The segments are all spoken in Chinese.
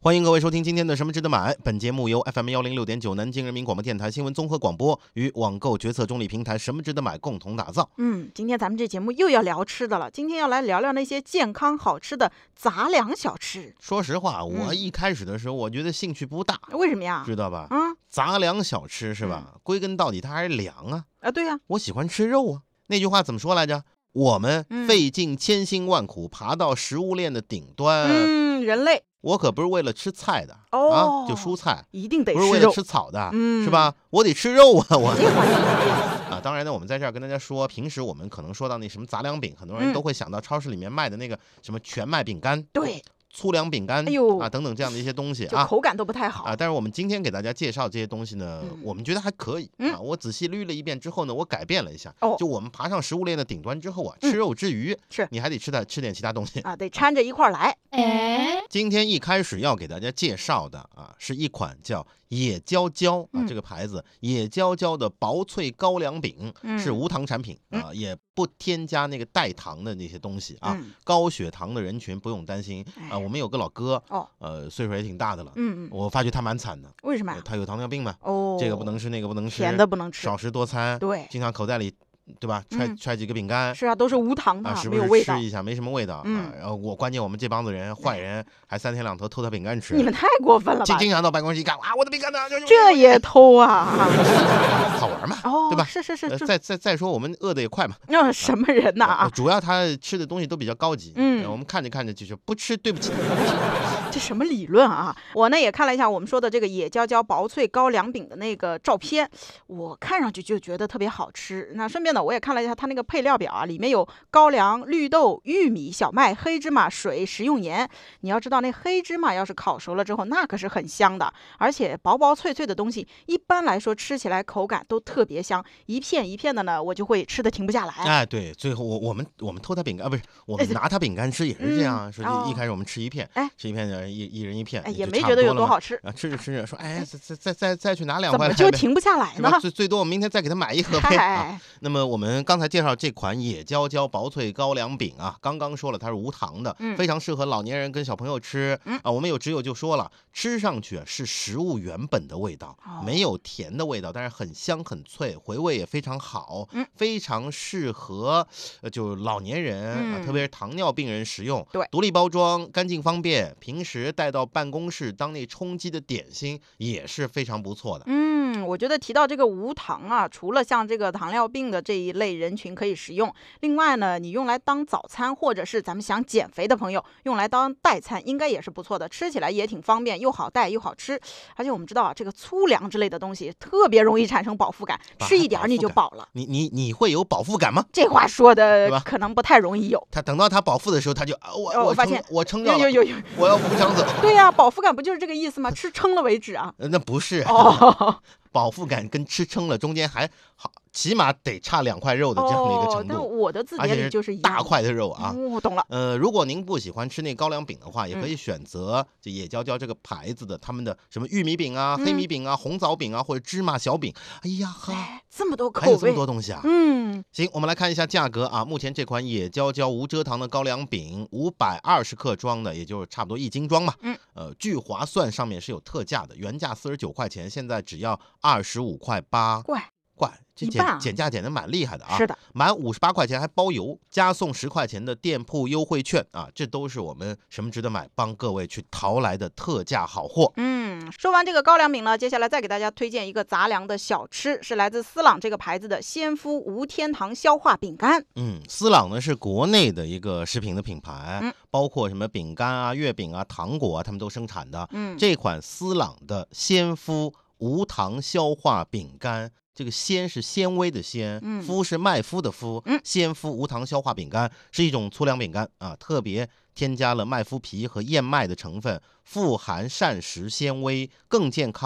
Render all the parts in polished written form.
欢迎各位收听今天的什么值得买。本节目由 FM106.9 南京人民广播电台新闻综合广播与网购决策中立平台什么值得买共同打造。 今天咱们这节目又要聊吃的了。今天要来聊聊那些健康好吃的杂粮小吃。 说实话，我一开始的时候我觉得兴趣不大。 为什么呀？ 知道吧？杂粮小吃是吧？归根到底它还是粮啊。 对呀。 我喜欢吃肉啊。那句话怎么说来着？我们费尽千辛万苦爬到食物链的顶端。 人类。 我可不是为了吃菜的就蔬菜， 一定得吃肉， 不是为了吃草的，是吧？我得吃肉啊，我当然呢，我们在这儿跟大家说，平时我们可能说到那什么杂粮饼，很多人都会想到超市里面卖的那个什么全麦饼干， 对， 粗粮饼干，等等这样的一些东西口感都不太好但是我们今天给大家介绍这些东西呢，我们觉得还可以我仔细捋了一遍之后呢，我改变了一下，就我们爬上食物链的顶端之后吃肉之余，你还得吃点其他东西得掺着一块来。 今天一开始要给大家介绍的是一款叫野焦焦这个牌子野焦焦的薄脆高粱饼，是无糖产品也不添加那个代糖的那些东西高血糖的人群不用担心我们有个老哥岁数也挺大的了，我发觉他蛮惨的。 为什么？ 他有糖尿病嘛，这个不能吃那个不能吃， 甜的不能吃， 少食多餐， 对， 经常口袋里对吧？揣几个饼干， 是都是无糖的， 是不是没有味道， 吃一下没什么味道然后关键我们这帮子人坏人还3天2头偷他饼干吃， 你们太过分了吧！ 经常到办公室一看我的饼干呢， 这也偷啊？ 好玩嘛，对吧？ 是。 再说我们饿的也快嘛。 什么人呐主要他吃的东西都比较高级，我们看着看着就是不吃对不起。 这什么理论啊？我呢也看了一下我们说的这个野焦焦薄脆高粱饼的那个照片，我看上去就觉得特别好吃。那顺便呢，我也看了一下它那个配料表里面有高粱、绿豆、玉米、小麦、黑芝麻、水、食用盐。你要知道，那黑芝麻要是烤熟了之后，那可是很香的。而且薄薄脆脆的东西，一般来说吃起来口感都特别香，一片一片的呢，我就会吃的停不下来。 对，最后我们偷他饼干不是，我们拿他饼干吃也是这样，说一开始我们吃一片，吃一片一人一片， 也没觉得有多好吃吃着吃着说再去拿2块来， 怎么就停不下来呢？ 最多我们明天再给他买一盒呗。那么我们刚才介绍这款野焦焦薄脆高粱饼刚刚说了它是无糖的，非常适合老年人跟小朋友吃我们有挚友就说了，吃上去是食物原本的味道，没有甜的味道，但是很香很脆，回味也非常好，非常适合就老年人特别是糖尿病人食用。 对， 独立包装，干净方便，平时带到办公室当那充饥的点心也是非常不错的。 我觉得提到这个无糖除了像这个糖尿病的这一类人群可以食用，另外呢，你用来当早餐，或者是咱们想减肥的朋友用来当代餐，应该也是不错的，吃起来也挺方便，又好带又好吃。而且我们知道这个粗粮之类的东西特别容易产生饱腹感，吃一点你就饱了。 你会有饱腹感吗？ 这话说的可能不太容易有。 他等到他饱腹的时候，他就我发现我撑着了， 有， 我要不想走。 对呀，饱腹感不就是这个意思吗？吃撑了为止啊。 那不是饱腹感跟吃撑了中间还好，起码得差2块肉的这样的一个程度。 但我的字典里就是一样大块的肉我懂了。 如果您不喜欢吃那高粱饼的话，也可以选择这野焦焦这个牌子的他们的什么玉米饼黑米饼红枣饼或者芝麻小饼。哎呀这么多口味， 还有这么多东西行，我们来看一下价格目前这款野焦焦无蔗糖的高粱饼520克装的，也就是差不多1斤装嘛。据划算上面是有特价的，原价49块钱，现在只要25块8。怪，这减价减得蛮厉害的是的， 满58块钱还包邮，加送10块钱的店铺优惠券这都是我们什么值得买帮各位去淘来的特价好货。 说完这个高粱饼呢，接下来再给大家推荐一个杂粮的小吃，是来自思朗这个牌子的鲜肤无添糖消化饼干。 思朗呢是国内的一个食品的品牌，包括什么饼干月饼糖果他们都生产的。这款思朗的鲜肤无糖消化饼干，这个鲜是纤维的鲜，麸是麦麸的麸，鲜肤无糖消化饼干是一种粗粮饼干特别添加了麦麸皮和燕麦的成分，富含膳食纤维，更健康，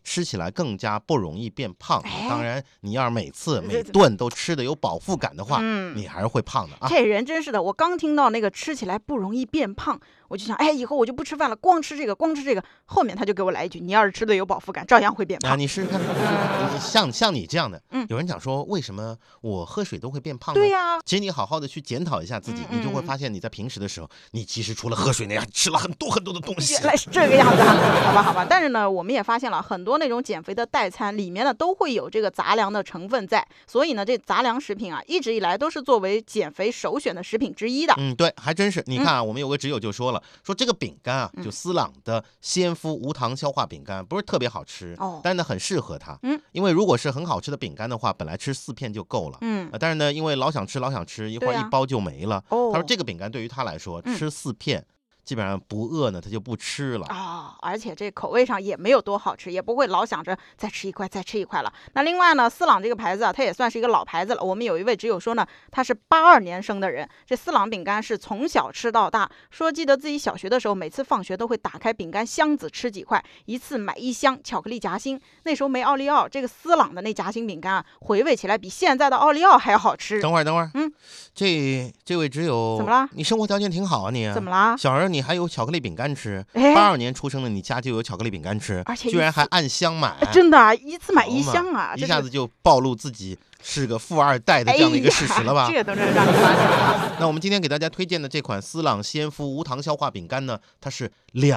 吃起来更加不容易变胖。当然，你要是每顿都吃的有饱腹感的话，你还是会胖的啊。 这人真是的，我刚听到那个吃起来不容易变胖，我就想，以后我就不吃饭了，光吃这个。后面他就给我来一句，你要是吃的有饱腹感，照样会变胖。 你试试看。像你这样的，有人讲说，为什么我喝水都会变胖呢？ 对呀， 其实你好好的去检讨一下自己，你就会发现你在平时的时候，你其实除了喝水，你还吃了很多的东西。 原来是这个样子啊，好吧。但是呢，我们也发现了很多那种减肥的代餐里面呢，都会有这个杂粮的成分在，所以呢，这杂粮食品啊，一直以来都是作为减肥首选的食品之一的。 对，还真是。你看啊，我们有个挚友就说了，说这个饼干啊，就斯朗的先麸无糖消化饼干，不是特别好吃，但是呢很适合他。因为如果是很好吃的饼干的话，本来吃4片就够了。但是呢，因为老想吃，一会儿一包就没了。他说这个饼干对于他来说，吃4片。基本上不饿呢，他就不吃了而且这口味上也没有多好吃，也不会老想着再吃一块了。那另外呢，斯朗这个牌子啊，它也算是一个老牌子了。我们有一位挚友说呢，他是82年生的人，这斯朗饼干是从小吃到大，说记得自己小学的时候，每次放学都会打开饼干箱子吃几块，一次买1箱巧克力夹心。那时候没奥利奥，这个斯朗的那夹心饼干啊，回味起来比现在的奥利奥还要好吃。 等会儿，这位挚友怎么了？ 你生活条件挺好啊，你怎么了？ 小时候你还有巧克力饼干吃，82年出生的你家就有巧克力饼干吃， 而且居然还按箱买， 真的一次买1箱啊！ 一下子就暴露自己是个富2代的这样的一个事实了吧？ 这都是让你发现了。 那我们今天给大家推荐的这款斯朗先麸无糖消化饼干呢，它是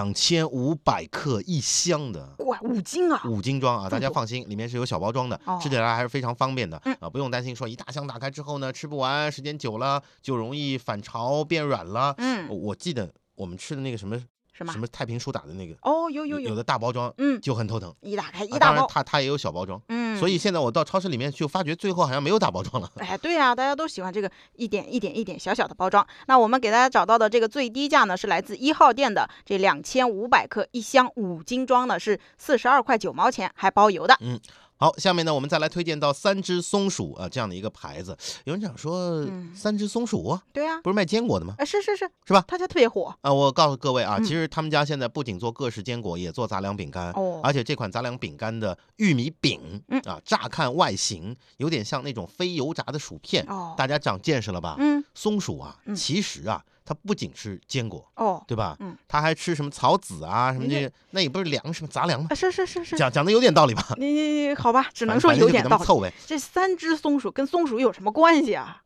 2500克1箱的， 哇，5斤啊 ，5斤装啊！大家放心，里面是有小包装的，吃起来还是非常方便的不用担心说一大箱打开之后呢吃不完，时间久了就容易反潮变软了。我记得我们吃的那个什么太平舒打的那个有的大包装就很头疼， 一打开一大包， 它也有小包装所以现在我到超市里面就发觉最后好像没有大包装了。 对啊，大家都喜欢这个一点小小的包装。那我们给大家找到的这个最低价呢，是来自1号店的这2500克1箱5斤装呢，是42块9毛钱，还包邮的。 好，下面呢，我们再来推荐到3只松鼠啊这样的一个牌子。有人讲说，3只松鼠， 对啊， 不是卖坚果的吗？ 是吧？ 他家特别火我告诉各位啊，其实他们家现在不仅做各式坚果，也做杂粮饼干而且这款杂粮饼干的玉米饼乍看外形有点像那种非油炸的薯片大家长见识了吧？松鼠啊，其实啊。它不仅吃坚果对吧？它还吃什么草籽啊，什么这那也不是粮食吗？杂粮吗？ 是， 讲的有点道理吧？ 你好吧，只能说有点道理。 凑呗。 这3只松鼠跟松鼠有什么关系啊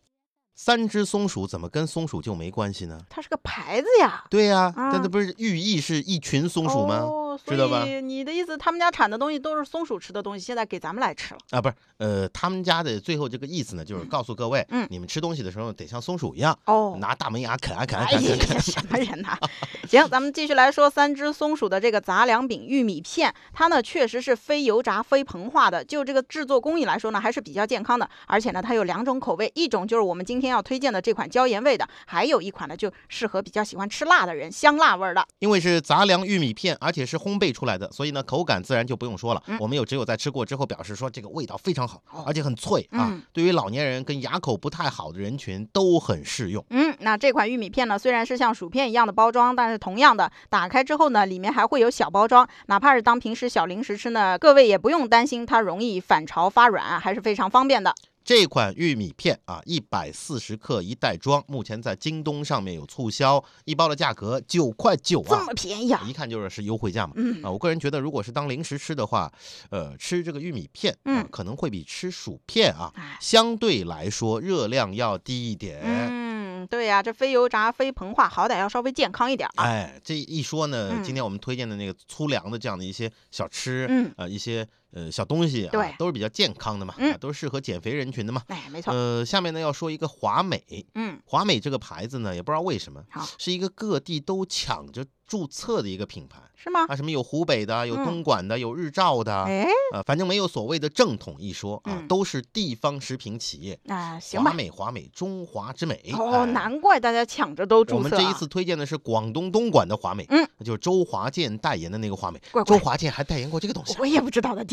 ？3只松鼠怎么跟松鼠就没关系呢？ 它是个牌子呀。 对呀，但它不是寓意是一群松鼠吗？知道吧？ 所以你的意思，他们家产的东西都是松鼠吃的东西，现在给咱们来吃了啊？不是，他们家的最后这个意思呢，就是告诉各位，你们吃东西的时候得像松鼠一样拿大门牙啃啊啃。 什么人呐？行，咱们继续来说3只松鼠的这个杂粮饼玉米片，它呢确实是非油炸、非膨化的，就这个制作工艺来说呢，还是比较健康的。而且呢，它有2种口味，一种就是我们今天要推荐的这款椒盐味的，还有一款呢就适合比较喜欢吃辣的人，香辣味的。 因为是杂粮玉米片，而且是烘焙出来的，所以呢口感自然就不用说了。我们有只有在吃过之后表示说这个味道非常好，而且很脆对于老年人跟牙口不太好的人群都很适用。 那这款玉米片呢，虽然是像薯片一样的包装，但是同样的打开之后呢，里面还会有小包装，哪怕是当平时小零食吃呢，各位也不用担心它容易反潮发软还是非常方便的。 这款玉米片140克1袋装，目前在京东上面有促销，一包的价格9块9 这么便宜啊！ 一看就是优惠价嘛。我个人觉得，如果是当零食吃的话，吃这个玉米片可能会比吃薯片相对来说热量要低一点。 对呀，这非油炸、非膨化，好歹要稍微健康一点这一说呢，今天我们推荐的那个粗粮的这样的一些小吃，一些小东西都是比较健康的嘛，都是适合减肥人群的嘛。 没错。 下面呢要说一个华美，华美这个牌子呢，也不知道为什么，是一个各地都抢着注册的一个品牌， 是吗？ 什么有湖北的，有东莞的，有日照的，反正没有所谓的正统一说都是地方食品企业行吧。 华美，中华之美。 难怪大家抢着都注册。 我们这一次推荐的是广东东莞的华美，就是周华健代言的那个华美。周华健还代言过这个东西， 我也不知道的，第一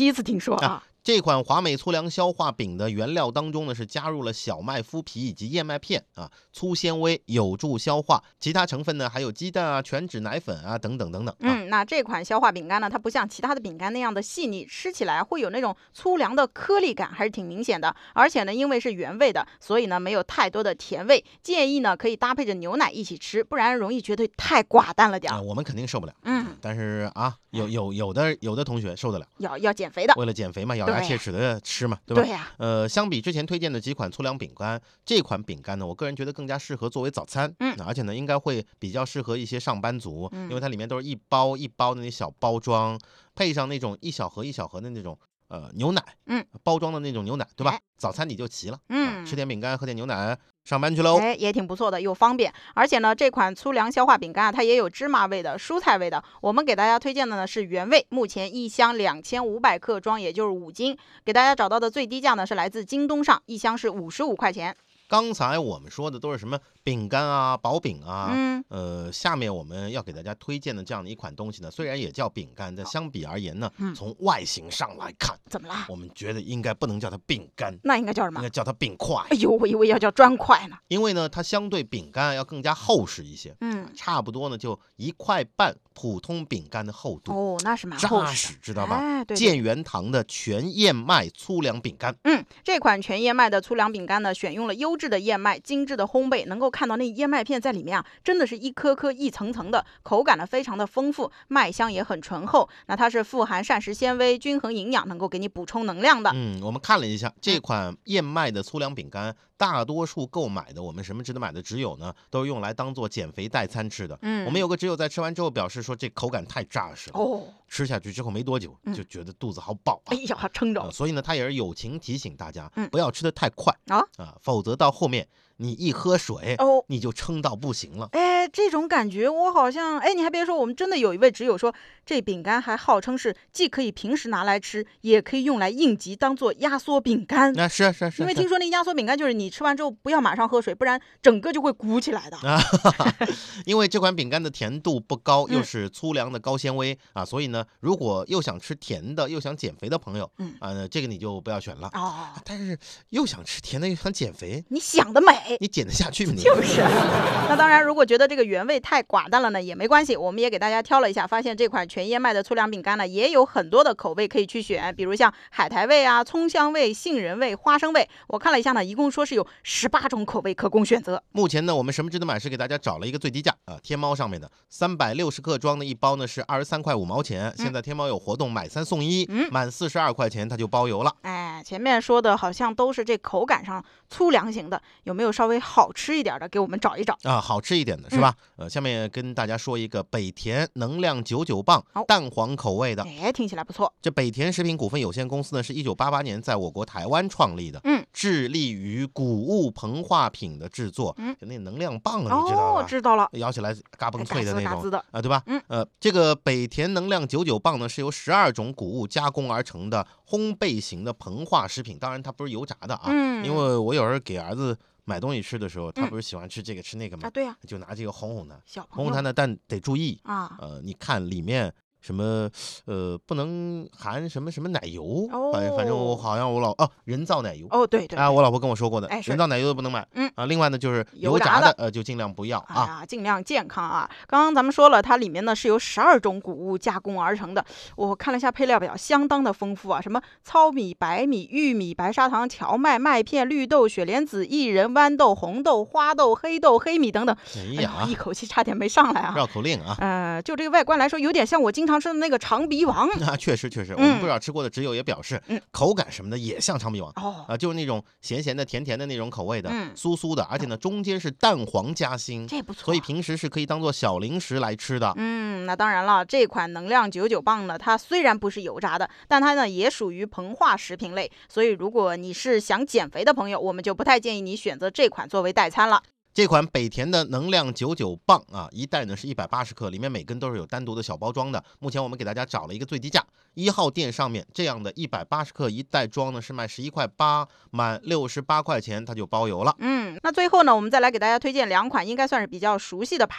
一次听说啊。 这款华美粗粮消化饼的原料当中呢，是加入了小麦麸皮以及燕麦片啊，粗纤维，有助消化。其他成分呢，还有鸡蛋啊、全脂奶粉啊等等等等。 那这款消化饼干呢，它不像其他的饼干那样的细腻，吃起来会有那种粗粮的颗粒感，还是挺明显的。而且呢，因为是原味的，所以呢没有太多的甜味。建议呢可以搭配着牛奶一起吃，不然容易觉得太寡淡了点。 我们肯定受不了。但是啊，有的同学受得了， 要减肥的， 为了减肥嘛，咬牙切齿的吃嘛，对吧？ 对呀。 相比之前推荐的几款粗粮饼干，这款饼干呢，我个人觉得更加适合作为早餐。而且呢，应该会比较适合一些上班族，因为它里面都是一包一包的那小包装，配上那种一小盒一小盒的那种牛奶，包装的那种牛奶，对吧？早餐你就齐了。吃点饼干，喝点牛奶，上班去喽。 也挺不错的，又方便。而且呢，这款粗粮消化饼干啊，它也有芝麻味的、蔬菜味的。我们给大家推荐的呢是原味，目前一箱2500克装，也就是5斤。给大家找到的最低价呢是来自京东上，一箱是55块钱。 刚才我们说的都是什么饼干啊、薄饼啊，下面我们要给大家推荐的这样的一款东西呢，虽然也叫饼干，但相比而言呢，从外形上来看， 怎么啦？ 我们觉得应该不能叫它饼干， 那应该叫什么？ 应该叫它饼块。 哎呦，我以为要叫砖块呢。 因为呢，它相对饼干要更加厚实一些，差不多呢就1块半普通饼干的厚度。 那是蛮厚实的， 扎实，知道吧？ 对， 健元堂的全燕麦粗粮饼干。 这款全燕麦的粗粮饼干呢，选用了优质的燕麦，精致的烘焙，能够看到那燕麦片在里面啊，真的是一颗颗一层层的，口感呢非常的丰富，麦香也很醇厚。那它是富含膳食纤维，均衡营养，能够给你补充能量的。 我们看了一下这款燕麦的粗粮饼干，大多数购买的我们什么值得买的挚友呢，都是用来当做减肥代餐吃的。我们有个挚友在吃完之后表示说，这口感太扎实了，吃下去之后没多久就觉得肚子好饱啊， 哎呀，撑着。 所以呢，他也是友情提醒大家，不要吃得太快否则到后面你一喝水你就撑到不行了。 这种感觉我好像你还别说，我们真的有一位挚友说，这饼干还号称是既可以平时拿来吃，也可以用来应急，当做压缩饼干。 是因为听说那压缩饼干就是你吃完之后不要马上喝水，不然整个就会鼓起来的。 因为这款饼干的甜度不高，又是粗粮的高纤维所以呢，如果又想吃甜的又想减肥的朋友这个你就不要选了。但是又想吃甜的又想减肥， 你想得美， 你减得下去吗？ 就是那当然，如果觉得这个原味太寡淡了呢，也没关系，我们也给大家挑了一下，发现这款全燕麦的粗粮饼干呢，也有很多的口味可以去选，比如像海苔味啊、葱香味、杏仁味、花生味。我看了一下呢，一共说是有18种口味可供选择。 目前呢，我们什么值得买是给大家找了一个最低价天猫上面的360克装的一包呢是23块5毛钱，现在天猫有活动买3送1，满42块钱它就包邮了。 前面说的好像都是这口感上粗粮型的，有没有稍微好吃一点的？给我们找一找好吃一点的是吧？下面跟大家说一个北田能量99磅蛋黄口味的。 听起来不错。 这北田食品股份有限公司呢是1988年在我国台湾创立的，致力于谷物膨化品的制作。就那能量棒你知道吧？ 知道了， 咬起来嘎嘣脆的那种的对吧？这个北田能量99磅呢是由12种谷物加工而成的烘焙型的膨化食品，当然它不是油炸的因为我有时候给儿子买东西吃的时候，他不是喜欢吃这个吃那个吗？ 对呀， 就拿这个哄哄他， 哄哄他呢，但得注意你看里面什么不能含什么什么奶油，反正我好像人造奶油对我老婆跟我说过的，人造奶油都不能买另外呢就是油炸的就尽量不要尽量健康刚刚咱们说了，它里面呢是由12种谷物加工而成的，我看了一下配料表，相当的丰富什么糙米、白米、玉米、白砂糖、荞麦、麦片、绿豆、雪莲子、薏仁、豌豆、红豆、花豆、黑豆、黑米等等。一口气差点没上来绕口令就这个外观来说，有点像我经常吃的那个长鼻王确实，我们不少吃过的挚友也表示，口感什么的也像长鼻王就是那种咸咸的、甜甜的那种口味的，酥酥的，而且呢中间是蛋黄夹心， 这不错， 所以平时是可以当做小零食来吃的。 那当然了，这款能量99磅呢，它虽然不是油炸的，但它呢也属于膨化食品类，所以如果你是想减肥的朋友，我们就不太建议你选择这款作为代餐了。 这款北田的能量99磅一袋呢是180克，里面每根都是有单独的小包装的。目前我们给大家找了一个最低价，1号店上面这样的180克一袋装呢是卖11块8，满68块钱它就包邮了。 那最后呢，我们再来给大家推荐2款应该算是比较熟悉的牌子，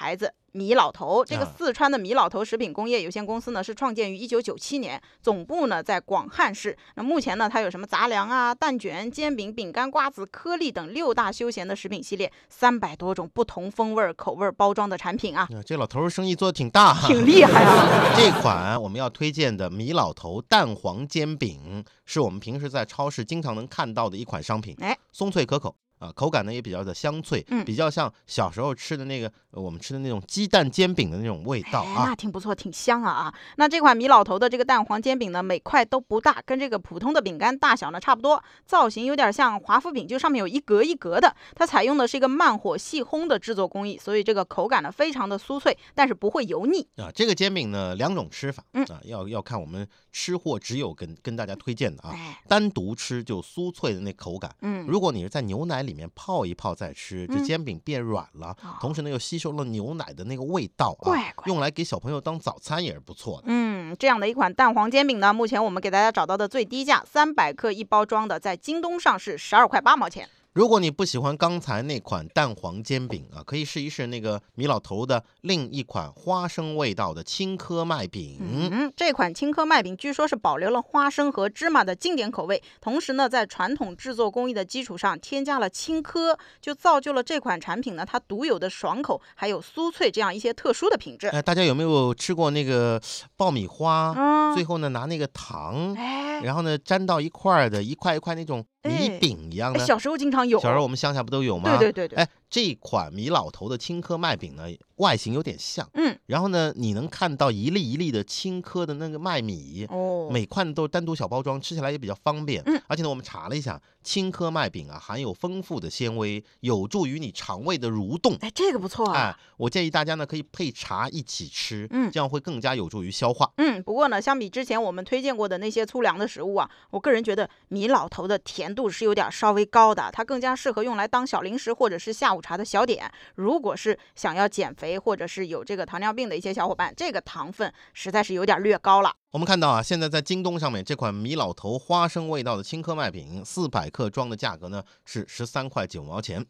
米老头。这个四川的米老头食品工业有限公司呢，是创建于1997年，总部呢在广汉市。那目前呢，它有什么杂粮啊、蛋卷、煎饼、饼干、瓜子、颗粒等6大休闲的食品系列，300多种不同风味、口味包装的产品啊。 这老头生意做得挺大， 挺厉害啊。 这款我们要推荐的米老头蛋黄煎饼，是我们平时在超市经常能看到的一款商品，松脆可口。口感呢也比较的香脆，比较像小时候吃的那个我们吃的那种鸡蛋煎饼的那种味道啊， 那挺不错，挺香啊。那这款米老头的这个蛋黄煎饼呢，每块都不大，跟这个普通的饼干大小呢差不多，造型有点像华夫饼，就上面有一格一格的。它采用的是一个慢火细烘的制作工艺，所以这个口感呢非常的酥脆，但是不会油腻啊。这个煎饼呢2种吃法要看我们吃货只有跟大家推荐的啊。单独吃就酥脆的那口感，如果你是在牛奶里面泡一泡再吃，这煎饼变软了，同时呢又吸收了牛奶的那个味道啊，用来给小朋友当早餐也是不错的。 这样的一款蛋黄煎饼呢，目前我们给大家找到的最低价300克1包装的，在京东上市12块8毛钱。 如果你不喜欢刚才那款蛋黄煎饼啊，可以试一试那个米老头的另一款花生味道的青稞麦饼。 这款青稞麦饼据说是保留了花生和芝麻的经典口味，同时呢，在传统制作工艺的基础上添加了青稞，就造就了这款产品呢它独有的爽口还有酥脆这样一些特殊的品质。 大家有没有吃过那个爆米花？最后呢拿那个糖，然后呢粘到一块的一块一块那种米饼一样的， 小时候经常有。 小时候我们乡下不都有吗？ 对。 这款米老头的青稞麦饼呢，外形有点像，然后呢，你能看到一粒一粒的青稞的那个麦米，每块都单独小包装，吃起来也比较方便。而且呢，我们查了一下，青稞麦饼啊，含有丰富的纤维，有助于你肠胃的蠕动。 这个不错啊。 我建议大家呢可以配茶一起吃，这样会更加有助于消化。 不过呢，相比之前我们推荐过的那些粗粮的食物啊，我个人觉得米老头的甜度是有点稍微高的，它更加适合用来当小零食或者是下午茶的小点。如果是想要减肥或者是有这个糖尿病的一些小伙伴，这个糖分实在是有点略高了。 我们看到啊，现在在京东上面这款米老头花生味道的青稞麦饼400克装的价格呢是13块9毛钱。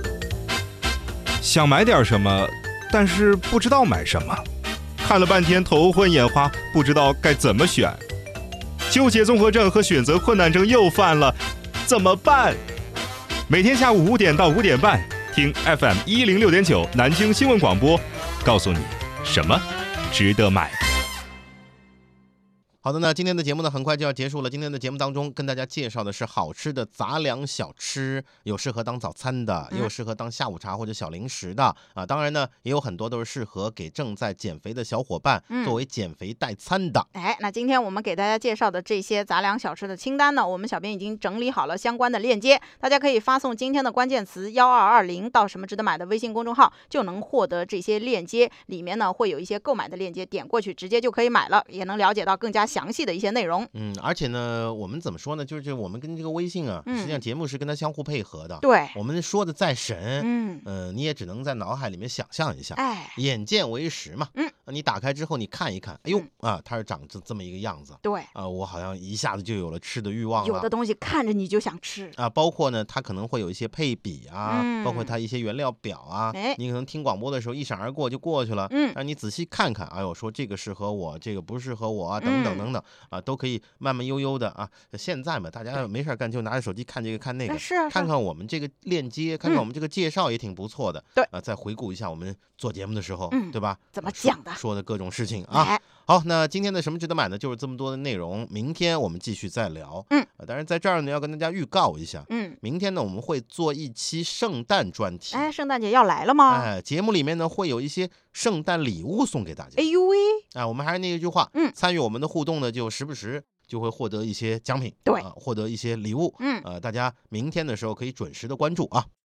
想买点什么，但是不知道买什么，看了半天头昏眼花，不知道该怎么选，纠结综合症和选择困难症又犯了，怎么办？每天下午5点到5点半，听 FM106.9 南京新闻广播，告诉你什么值得买。 好的，那今天的节目呢很快就要结束了。今天的节目当中跟大家介绍的是好吃的杂粮小吃，有适合当早餐的，也有适合当下午茶或者小零食的啊。当然呢，也有很多都是适合给正在减肥的小伙伴作为减肥代餐的。 那今天我们给大家介绍的这些杂粮小吃的清单呢，我们小编已经整理好了相关的链接，大家可以发送今天的关键词1220到什么值得买的微信公众号，就能获得这些链接，里面呢会有一些购买的链接，点过去直接就可以买了，也能了解到更加详细的一些内容。 而且呢，我们怎么说呢？就是我们跟这个微信啊，实际上节目是跟它相互配合的。 对， 我们说的再神，你也只能在脑海里面想象一下，眼见为实嘛。你打开之后你看一看，哎呦它是长这么一个样子。 对我好像一下子就有了吃的欲望了。 有的东西看着你就想吃啊，包括呢，它可能会有一些配比啊，包括它一些原料表啊，你可能听广播的时候一闪而过就过去了，让你仔细看看，哎呦，说这个适合我，这个不适合我啊，等等等等啊，都可以慢慢悠悠的啊。现在嘛，大家没事干就拿着手机看这个看那个，看看我们这个链接，看看我们这个介绍也挺不错的。 对再回顾一下我们做节目的时候，对吧？ 怎么讲的？ 说的各种事情啊。好，那今天的什么值得买呢？就是这么多的内容，明天我们继续再聊。当然在这儿呢要跟大家预告一下，明天呢我们会做一期圣诞专题。 圣诞节要来了吗？ 节目里面呢会有一些圣诞礼物送给大家。 哎呦喂！ 我们还是那一句话，参与我们的互动呢，就时不时就会获得一些奖品， 对， 获得一些礼物。大家明天的时候可以准时的关注啊。